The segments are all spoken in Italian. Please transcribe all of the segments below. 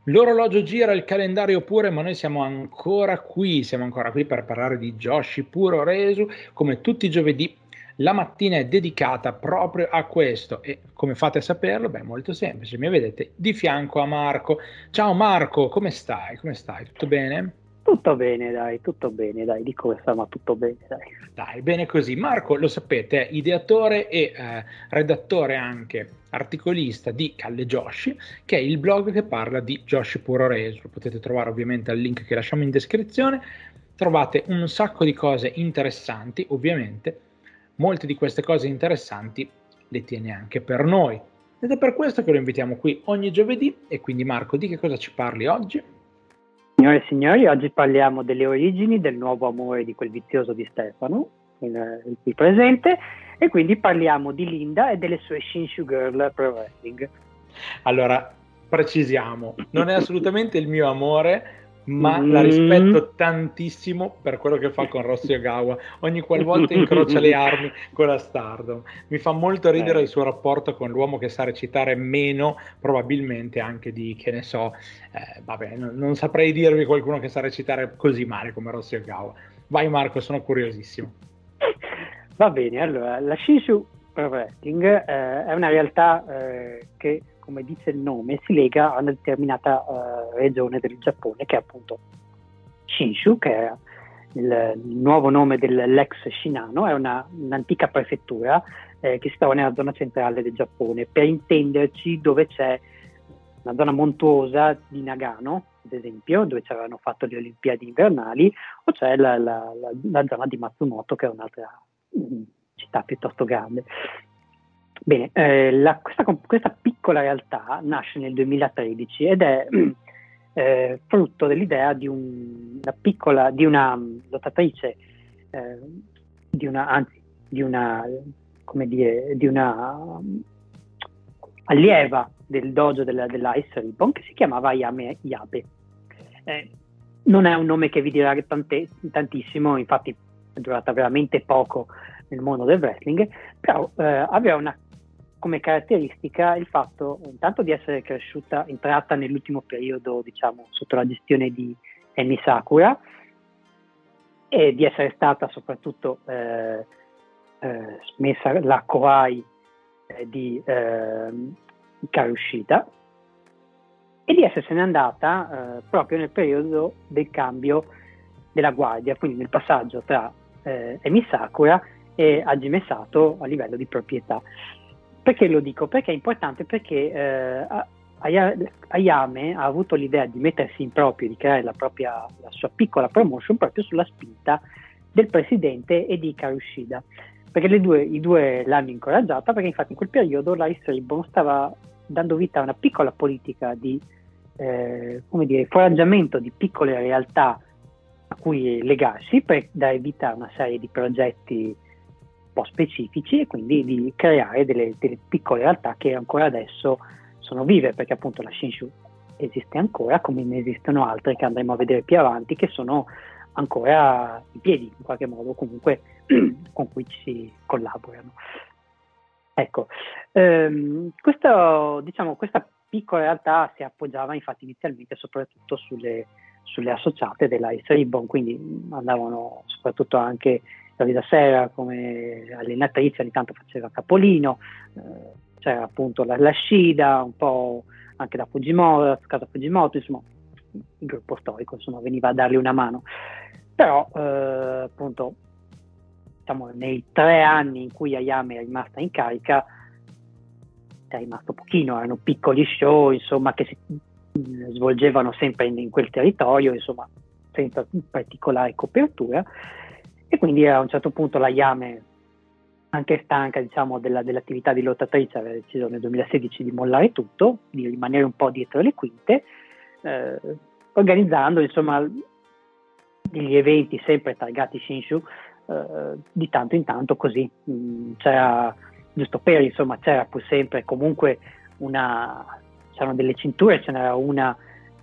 L'orologio gira, il calendario pure, ma noi siamo ancora qui per parlare di Joshi Puro Resu, come tutti i giovedì. La mattina è dedicata proprio a questo e come fate a saperlo? Beh, molto semplice, mi vedete di fianco a Marco. Ciao Marco, come stai? Come stai? Tutto bene? Tutto bene, dai, di cosa, ma tutto bene, dai. Dai, bene così. Marco, lo sapete, è ideatore e redattore anche articolista di Calle Joshi, che è il blog che parla di Joshi Puro Resu. Lo potete trovare ovviamente al link che lasciamo in descrizione. Trovate un sacco di cose interessanti, ovviamente. Molte di queste cose interessanti le tiene anche per noi. Ed è per questo che lo invitiamo qui ogni giovedì. E quindi Marco, di che cosa ci parli oggi? Signore e signori, oggi parliamo delle origini del nuovo amore di quel vizioso di Stefano, il qui presente, e quindi parliamo di Linda e delle sue Shinshu Girl Pro Wrestling. Allora, precisiamo, non è assolutamente il mio amore, ma la rispetto tantissimo per quello che fa con Rossi Ogawa ogni qualvolta incrocia le armi con la Stardom. Mi fa molto ridere il suo rapporto con l'uomo che sa recitare meno, probabilmente anche di, che ne so, vabbè, non saprei dirvi qualcuno che sa recitare così male come Rossi Ogawa. Vai Marco, sono curiosissimo. Va bene, allora, la Shinshu Pro Wrestling è una realtà che, come dice il nome, si lega a una determinata regione del Giappone, che è appunto Shinshu, che è il nuovo nome dell'ex Shinano, è un'antica prefettura che si trova nella zona centrale del Giappone. Per intenderci, dove c'è una zona montuosa di Nagano, ad esempio, dove ci avevano fatto le Olimpiadi invernali, o c'è la zona di Matsumoto, che è un'altra città piuttosto grande. Bene, questa piccola realtà nasce nel 2013 ed è frutto dell'idea di una lottatrice, di una allieva del dojo dell'Ice Ribbon, che si chiamava Ayame Yabe. Non è un nome che vi dirà tantissimo, infatti è durata veramente poco nel mondo del wrestling, però aveva come caratteristica il fatto intanto di essere entrata nell'ultimo periodo, diciamo, sotto la gestione di Emi Sakura, e di essere stata soprattutto smessa la Koai di Karushida, e di essersene andata proprio nel periodo del cambio della guardia, quindi nel passaggio tra Emi Sakura e Hajime Sato a livello di proprietà. Perché lo dico? Perché è importante, perché Ayame ha avuto l'idea di mettersi in proprio, di creare la sua piccola promotion proprio sulla spinta del presidente e di Karushida, perché i due l'hanno incoraggiata, perché infatti in quel periodo l'Ice Ribbon stava dando vita a una piccola politica di foraggiamento di piccole realtà a cui legarsi, per dare vita a una serie di progetti un po' specifici, e quindi di creare delle piccole realtà che ancora adesso sono vive, perché appunto la Shinshu esiste ancora, come ne esistono altre che andremo a vedere più avanti, che sono ancora in piedi in qualche modo, comunque con cui ci collaborano. Ecco, questa piccola realtà si appoggiava infatti inizialmente soprattutto sulle associate della Ice Ribbon, quindi andavano soprattutto anche Davide Serra come allenatrice, ogni tanto faceva capolino, c'era appunto la Shida, un po' anche da Fujimoto, casa Fujimoto, insomma il gruppo storico, insomma, veniva a dargli una mano. Però appunto, diciamo, nei 3 anni in cui Ayame è rimasta in carica è rimasto pochino, erano piccoli show, insomma, che si svolgevano sempre in quel territorio, insomma, senza particolare copertura, e quindi a un certo punto la Ayame, anche stanca, diciamo, dell'attività di lottatrice, aveva deciso nel 2016 di mollare tutto, di rimanere un po' dietro le quinte, organizzando, insomma, degli eventi sempre targati Shinshu di tanto in tanto, così c'era, giusto per, insomma, c'era pur sempre comunque c'erano delle cinture, ce n'era una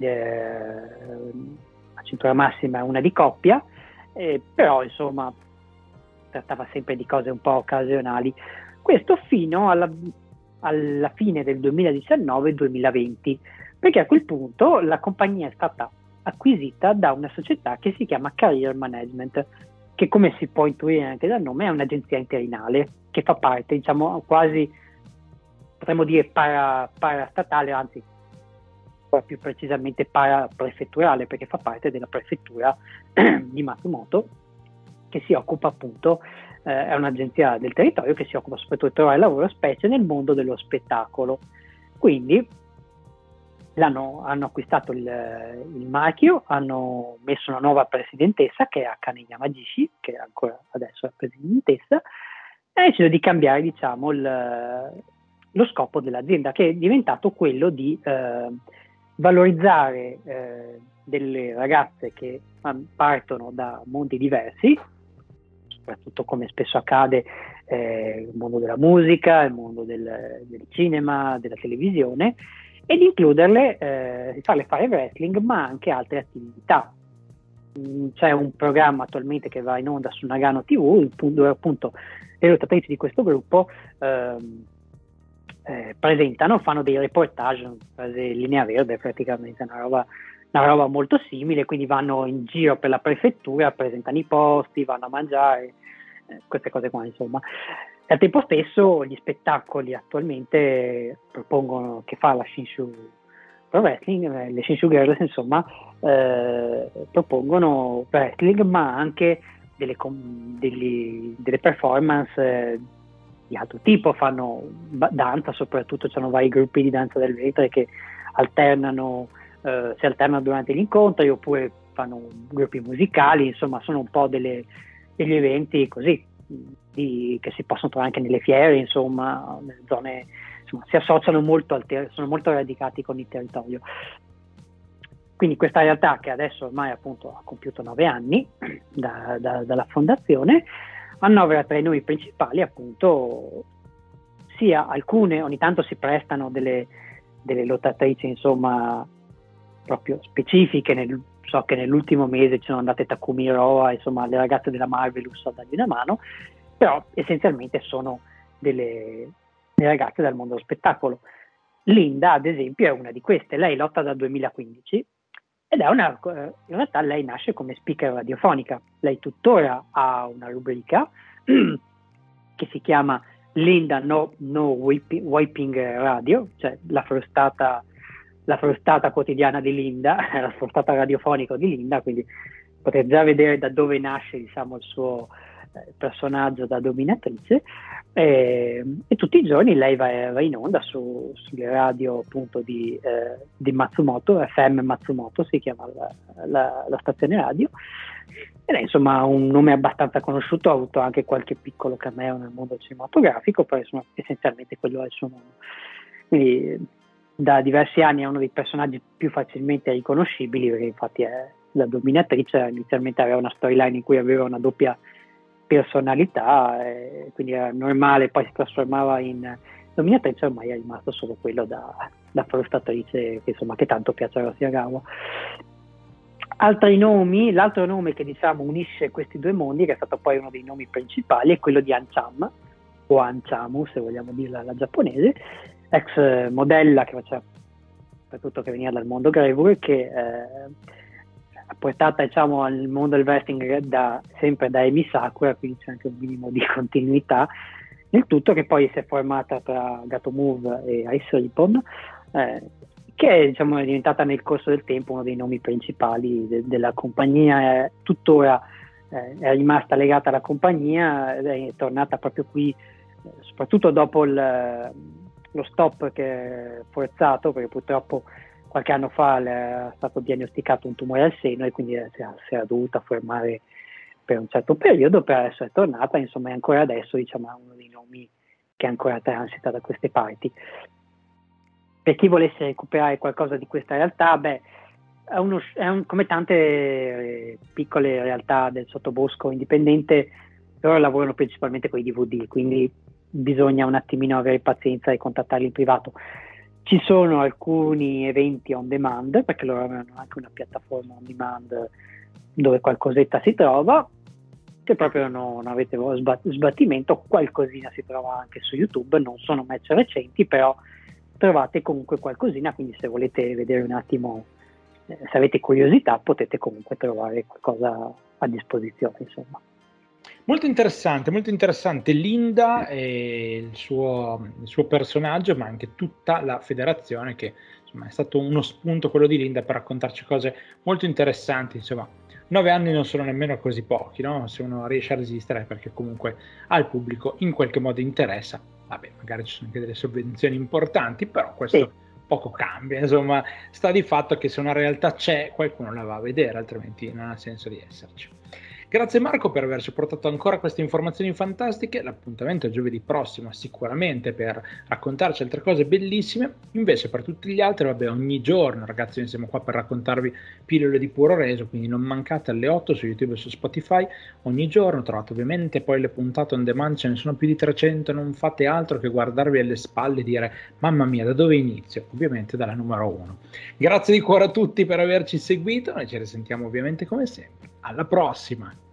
la cintura massima e una di coppia, però insomma trattava sempre di cose un po' occasionali, questo fino alla fine del 2019-2020, perché a quel punto la compagnia è stata acquisita da una società che si chiama Career Management, che, come si può intuire anche dal nome, è un'agenzia interinale che fa parte, diciamo, quasi, potremmo dire, parastatale, anzi più precisamente paraprefetturale, perché fa parte della prefettura di Matsumoto, che si occupa appunto, è un'agenzia del territorio che si occupa soprattutto di trovare lavoro, specie nel mondo dello spettacolo. Quindi hanno acquistato il marchio, hanno messo una nuova presidentessa che è Akane Yamagishi, che ancora adesso è presidentessa, e ha deciso di cambiare, diciamo, lo scopo dell'azienda, che è diventato quello di valorizzare delle ragazze che partono da mondi diversi, soprattutto, come spesso accade, il mondo della musica, il mondo del cinema, della televisione, ed includerle, farle fare wrestling, ma anche altre attività. C'è un programma attualmente che va in onda su Nagano TV, dove appunto le lottatrici di questo gruppo fanno dei reportage, linea verde praticamente, una roba molto simile, quindi vanno in giro per la prefettura, presentano i posti, vanno a mangiare, queste cose qua, insomma. E al tempo stesso gli spettacoli attualmente propongono, che fa la Shinshu Pro Wrestling, le Shinshu Girls, insomma, propongono wrestling, ma anche delle performance di altro tipo, fanno danza, soprattutto c'hanno vari gruppi di danza del ventre che si alternano durante gli incontri, oppure fanno gruppi musicali, insomma sono un po' degli eventi così che si possono trovare anche nelle fiere, insomma, nelle zone, insomma, si associano molto sono molto radicati con il territorio. Quindi questa realtà, che adesso ormai appunto ha compiuto 9 anni dalla fondazione, annovera tra i nomi principali appunto sia alcune, ogni tanto si prestano delle lottatrici, insomma, proprio specifiche. So che nell'ultimo mese ci sono andate Takumi Roa, insomma, le ragazze della Marvelous, a dargli una mano, però essenzialmente sono delle ragazze dal mondo dello spettacolo. Linda, ad esempio, è una di queste. Lei lotta dal 2015 ed in realtà lei nasce come speaker radiofonica. Lei tuttora ha una rubrica che si chiama Linda No Wiping Radio, cioè la frustata quotidiana di Linda, la frustata radiofonica di Linda, quindi potete già vedere da dove nasce, diciamo, il suo personaggio da dominatrice, e tutti i giorni lei va in onda sulle radio appunto di Matsumoto, FM Matsumoto si chiama la stazione radio, ed è insomma un nome abbastanza conosciuto, ha avuto anche qualche piccolo cameo nel mondo cinematografico, però insomma essenzialmente quello è il suo nome. Quindi da diversi anni è uno dei personaggi più facilmente riconoscibili, perché infatti è la dominatrice. Inizialmente aveva una storyline in cui aveva una doppia personalità, quindi era normale, poi si trasformava in dominatrice, ormai è rimasto solo quello da frustatrice, che tanto piace a Rossi Agawa. Altri nomi, l'altro nome che diciamo unisce questi due mondi, che è stato poi uno dei nomi principali, è quello di Ancham, o Anchamu se vogliamo dirla alla giapponese, ex modella che faceva soprattutto, che veniva dal mondo Grevur, che portata, diciamo, al mondo del wrestling sempre da Emi Sakura, quindi c'è anche un minimo di continuità nel tutto, che poi si è formata tra Gato Move e Ice Ribbon, che diciamo è diventata nel corso del tempo uno dei nomi principali della compagnia. Tuttora è rimasta legata alla compagnia, è tornata proprio qui, soprattutto dopo lo stop che è forzato, perché purtroppo qualche anno fa è stato diagnosticato un tumore al seno e quindi si è dovuta fermare per un certo periodo, però adesso è tornata, insomma, e ancora adesso, diciamo, è uno dei nomi che ancora transita da queste parti. Per chi volesse recuperare qualcosa di questa realtà, come tante piccole realtà del sottobosco indipendente, loro lavorano principalmente con i DVD, quindi bisogna un attimino avere pazienza e contattarli in privato. Ci sono alcuni eventi on demand, perché loro hanno anche una piattaforma on demand dove qualcosetta si trova. Se proprio non avete sbattimento, qualcosina si trova anche su YouTube, non sono match recenti, però trovate comunque qualcosina, quindi se volete vedere un attimo, se avete curiosità, potete comunque trovare qualcosa a disposizione, insomma. Molto interessante Linda e il suo personaggio, ma anche tutta la federazione, che insomma è stato uno spunto quello di Linda per raccontarci cose molto interessanti. Insomma, 9 anni non sono nemmeno così pochi, no? Se uno riesce a resistere, perché comunque al pubblico in qualche modo interessa. Vabbè, magari ci sono anche delle sovvenzioni importanti, però questo Sì. poco cambia. Insomma, sta di fatto che se una realtà c'è, qualcuno la va a vedere, altrimenti non ha senso di esserci. Grazie Marco per averci portato ancora queste informazioni fantastiche. L'appuntamento è giovedì prossimo sicuramente per raccontarci altre cose bellissime. Invece per tutti gli altri, vabbè, ogni giorno ragazzi noi siamo qua per raccontarvi pillole di puro reso, quindi non mancate alle 8 su YouTube e su Spotify. Ogni giorno trovate ovviamente poi le puntate on demand, ce ne sono più di 300, non fate altro che guardarvi alle spalle e dire mamma mia da dove inizio? Ovviamente dalla numero 1. Grazie di cuore a tutti per averci seguito, noi ci risentiamo ovviamente come sempre. Alla prossima!